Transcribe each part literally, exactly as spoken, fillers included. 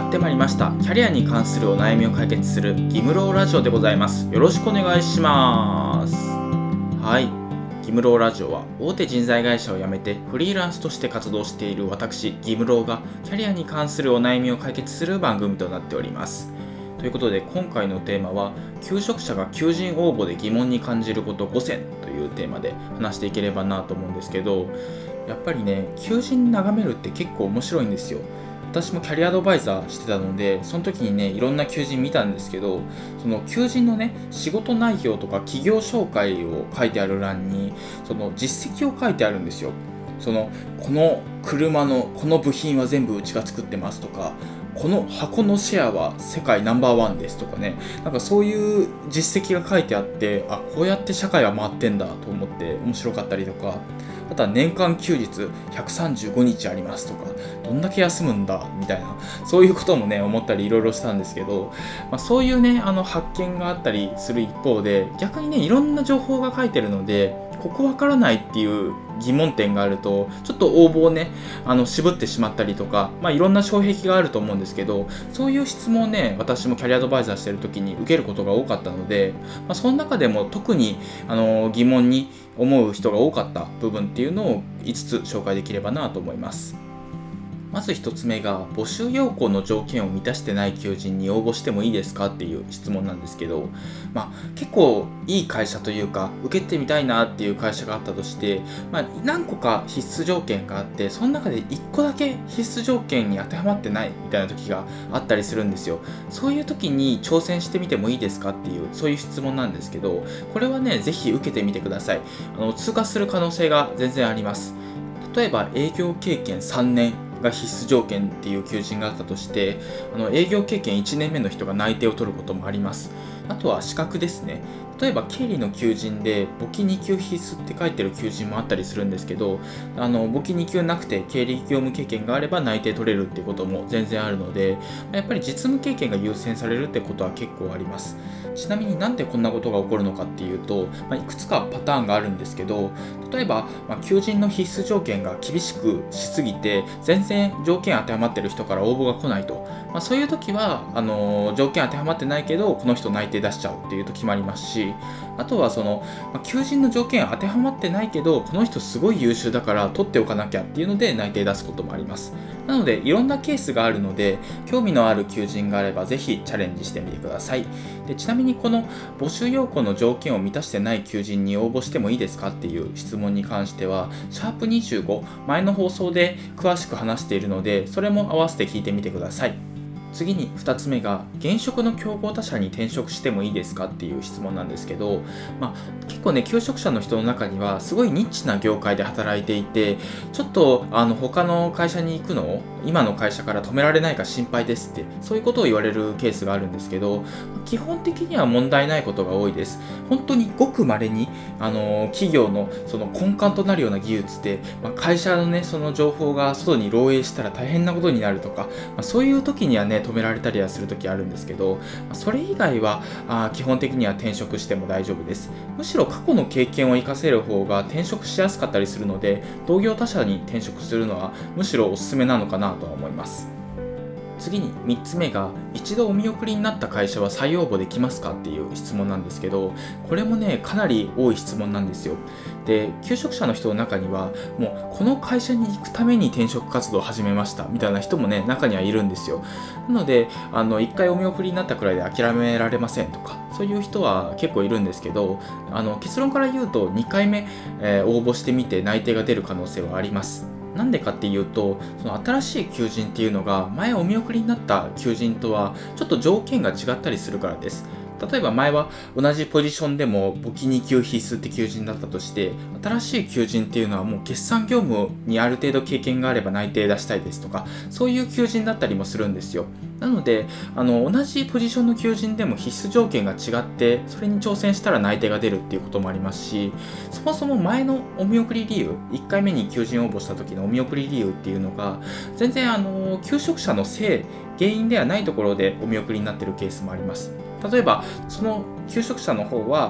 やってまいりました。キャリアに関するお悩みを解決するギムローラジオでございます。よろしくお願いします。はい。ギムローラジオは大手人材会社を辞めてフリーランスとして活動している私ギムローがキャリアに関するお悩みを解決する番組となっております。ということで今回のテーマは求職者が求人応募で疑問に感じることごせんというテーマで話していければなと思うんですけど、やっぱりね求人眺めるって結構面白いんですよ。私もキャリアアドバイザーしてたので、その時にねいろんな求人見たんですけど、その求人のね仕事内容とか企業紹介を書いてある欄にその実績を書いてあるんですよ。そのこの車のこの部品は全部うちが作ってますとか、この箱のシェアは世界ナンバーワンですとかね、なんかそういう実績が書いてあって、あ、こうやって社会は回ってんだと思って面白かったりとか、あとは年間休日ひゃくさんじゅうごにちありますとか、どんだけ休むんだみたいな、そういうこともね思ったりいろいろしたんですけど、まあ、そういうねあの発見があったりする一方で、逆にねいろんな情報が書いてるので、ここわからないっていう疑問点があるとちょっと応募をねあの渋ってしまったりとか、まあ、いろんな障壁があると思うんですけど、そういう質問をね私もキャリアアドバイザーしてる時に受けることが多かったので、まあ、その中でも特にあの疑問に思う人が多かった部分っていうのをいつつ紹介できればなと思います。まずひとつめが、募集要項の条件を満たしてない求人に応募してもいいですかっていう質問なんですけど、まあ、結構いい会社というか受けてみたいなっていう会社があったとして、まあ、何個か必須条件があって、その中でいっこだけ必須条件に当てはまってないみたいな時があったりするんですよ。そういう時に挑戦してみてもいいですかっていう、そういう質問なんですけど、これはねぜひ受けてみてください。あの通過する可能性が全然あります。例えば営業経験さんねんが必須条件っていう求人があったとして、あの営業経験いちねんめの人が内定を取ることもあります。あとは資格ですね。例えば経理の求人で簿記に級必須って書いてる求人もあったりするんですけど、あの簿記に級なくて経理業務経験があれば内定取れるっていうことも全然あるので、やっぱり実務経験が優先されるってことは結構あります。ちなみになんでこんなことが起こるのかっていうと、まあ、いくつかパターンがあるんですけど、例えば、まあ、求人の必須条件が厳しくしすぎて全然条件当てはまってる人から応募が来ないと、まあ、そういう時はあのー、条件当てはまってないけどこの人内定出しちゃうっていう時もありますし、あとはその、まあ、求人の条件当てはまってないけどこの人すごい優秀だから取っておかなきゃっていうので内定出すこともあります。なのでいろんなケースがあるので、興味のある求人があればぜひチャレンジしてみてください。でちなみにこの募集要項の条件を満たしてない求人に応募してもいいですかっていう質問に関してはシャープにじゅうご前の放送で詳しく話しているので、それも合わせて聞いてみてください。次にふたつめが、現職の競合他社に転職してもいいですかっていう質問なんですけど、まあ、結構ね求職者の人の中にはすごいニッチな業界で働いていて、ちょっとあの他の会社に行くのを今の会社から止められないか心配ですって、そういうことを言われるケースがあるんですけど、基本的には問題ないことが多いです。本当にごく稀にあの企業のその根幹となるような技術で、まあ、会社のねその情報が外に漏洩したら大変なことになるとか、まあ、そういう時にはね止められたりはする時あるんですけど、まあ、それ以外はあ基本的には転職しても大丈夫です。むしろ過去の経験を生かせる方が転職しやすかったりするので、同業他社に転職するのはむしろおすすめなのかなとは思います。次にみっつめが、一度お見送りになった会社は再応募できますかっていう質問なんですけど、これもねかなり多い質問なんですよ。で求職者の人の中にはもうこの会社に行くために転職活動を始めましたみたいな人もね中にはいるんですよ。なのであのいっかいお見送りになったくらいで諦められませんとか、そういう人は結構いるんですけど、あの結論から言うとにかいめ、えー応募してみて内定が出る可能性はあります。なんでかっていうと、その新しい求人っていうのが前お見送りになった求人とはちょっと条件が違ったりするからです。例えば前は同じポジションでも簿記に級必須って求人だったとして、新しい求人っていうのはもう決算業務にある程度経験があれば内定出したいですとか、そういう求人だったりもするんですよ。なのであの同じポジションの求人でも必須条件が違って、それに挑戦したら内定が出るっていうこともありますし、そもそも前のお見送り理由、いっかいめに求人応募した時のお見送り理由っていうのが全然あの求職者のせい原因ではないところでお見送りになっているケースもあります。例えばその求職者の方は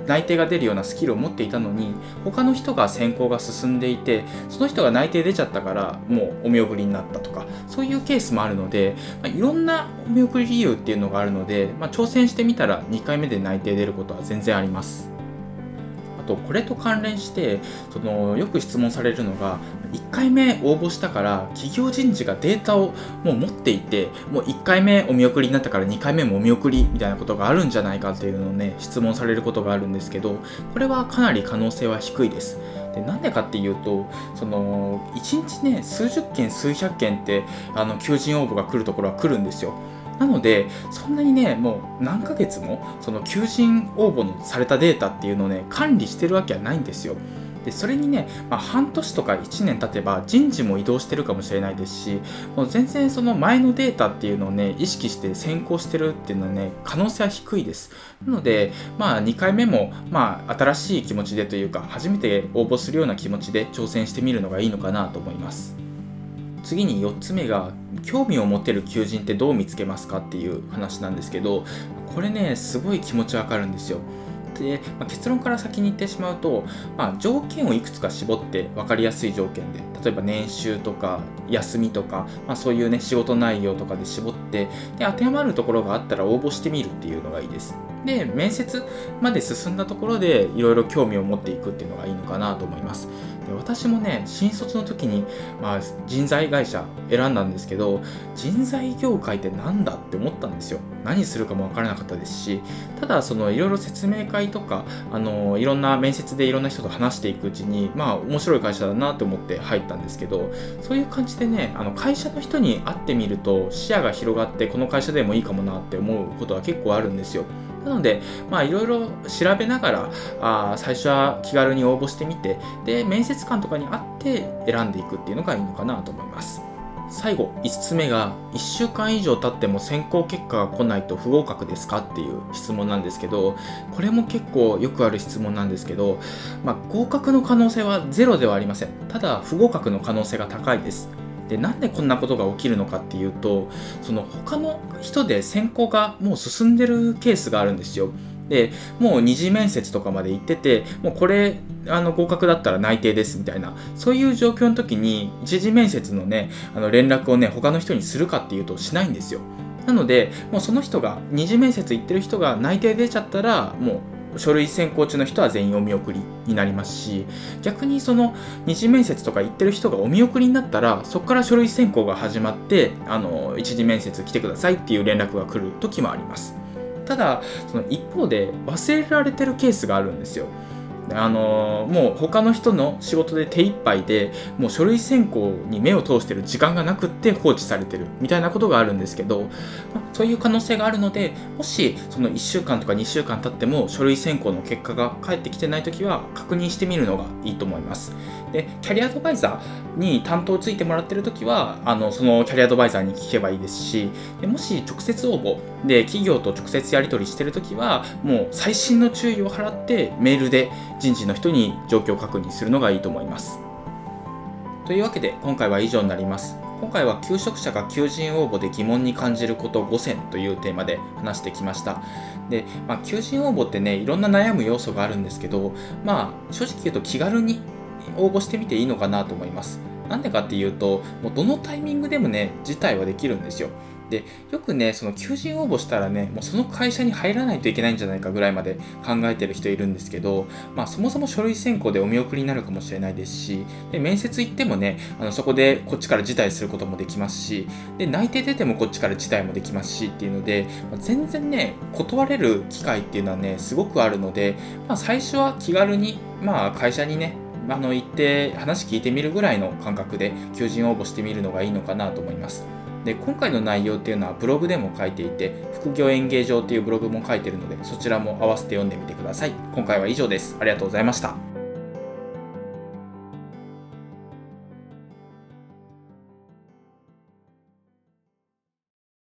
内定が出るようなスキルを持っていたのに、他の人が選考が進んでいて、その人が内定出ちゃったからもうお見送りになったとか、そういうケースもあるので、まあ、いろんなお見送り理由っていうのがあるので、まあ、挑戦してみたらにかいめで内定出ることは全然あります。あとこれと関連してそのよく質問されるのが、いっかいめ応募したから企業人事がデータをもう持っていて、もういっかいめお見送りになったからにかいめもお見送りみたいなことがあるんじゃないかっていうのをね、質問されることがあるんですけど、これはかなり可能性は低いです。でなんでかっていうと、そのいちにちね数十件数百件ってあの求人応募が来るところは来るんですよ。なのでそんなにねもう何ヶ月もその求人応募のされたデータっていうのをね管理してるわけはないんですよ。でそれにね、まあ、半年とかいちねん経てば人事も移動してるかもしれないですし、もう全然その前のデータっていうのをね意識して選考してるっていうのはね可能性は低いです。なのでまあにかいめもまあ新しい気持ちでというか、初めて応募するような気持ちで挑戦してみるのがいいのかなと思います。次によっつめが、興味を持てる求人ってどう見つけますかっていう話なんですけど、これねすごい気持ちわかるんですよ。で、まあ、結論から先に言ってしまうと、まあ、条件をいくつか絞って分かりやすい条件で、例えば年収とか休みとか、まあ、そういうね仕事内容とかで絞って、で当てはまるところがあったら応募してみるっていうのがいいです。で面接まで進んだところでいろいろ興味を持っていくっていうのがいいのかなと思います。で私もね新卒の時に、まあ、人材会社選んだんですけど、人材業界ってなんだって思ったんですよ。何するかも分からなかったですし、ただそのいろいろ説明会とかあのいろんな面接でいろんな人と話していくうちに、まあ面白い会社だなと思って入ったんですけど、そういう感じでねあの会社の人に会ってみると視野が広がって、この会社でもいいかもなって思うことは結構あるんですよ。なので、まあいろいろ調べながら、あ最初は気軽に応募してみて、で、面接官とかに会って選んでいくっていうのがいいのかなと思います。最後、いつつめが、いっしゅうかん以上経っても選考結果が来ないと不合格ですかっていう質問なんですけど、これも結構よくある質問なんですけど、まあ、合格の可能性はゼロではありません。ただ、不合格の可能性が高いです。でなんでこんなことが起きるのかっていうと、その他の人で選考がもう進んでるケースがあるんですよ。でもう二次面接とかまで行ってて、もうこれあの合格だったら内定ですみたいな、そういう状況の時に一次面接のねあの連絡をね他の人にするかっていうとしないんですよ。なのでもうその人が二次面接行ってる人が内定出ちゃったら、もう書類選考中の人は全員お見送りになりますし、逆にその二次面接とか行ってる人がお見送りになったら、そこから書類選考が始まって、あの一次面接来てくださいっていう連絡が来る時もあります。ただその一方で忘れられてるケースがあるんですよ。あのー、もう他の人の仕事で手一杯で、もう書類選考に目を通してる時間がなくって放置されてるみたいなことがあるんですけど、まあ、そういう可能性があるので、もしそのいっしゅうかんとかにしゅうかん経っても書類選考の結果が返ってきてないときは確認してみるのがいいと思います。でキャリアアドバイザーに担当ついてもらってるときは、あのそのキャリアアドバイザーに聞けばいいですし、でもし直接応募で企業と直接やり取りしてるときは、もう細心の注意を払ってメールで人事の人に状況確認するのがいいと思います。というわけで今回は以上になります。今回は求職者が求人応募で疑問に感じることごせんというテーマで話してきました。で、まあ、求人応募ってねいろんな悩む要素があるんですけど、まあ正直言うと気軽に応募してみていいのかなと思います。なんでかっていうと、もうどのタイミングでもね辞退はできるんですよ。でよくねその求人応募したらねもうその会社に入らないといけないんじゃないかぐらいまで考えてる人いるんですけど、まあそもそも書類選考でお見送りになるかもしれないですし、で面接行ってもねあのそこでこっちから辞退することもできますし、で内定出てもこっちから辞退もできますしっていうので、まあ、全然ね断れる機会っていうのはねすごくあるので、まあ、最初は気軽にまあ会社にねあの行って話聞いてみるぐらいの感覚で求人応募してみるのがいいのかなと思います。で今回の内容っていうのはブログでも書いていて、副業演芸場っていうブログも書いているので、そちらも合わせて読んでみてください。今回は以上です。ありがとうございました。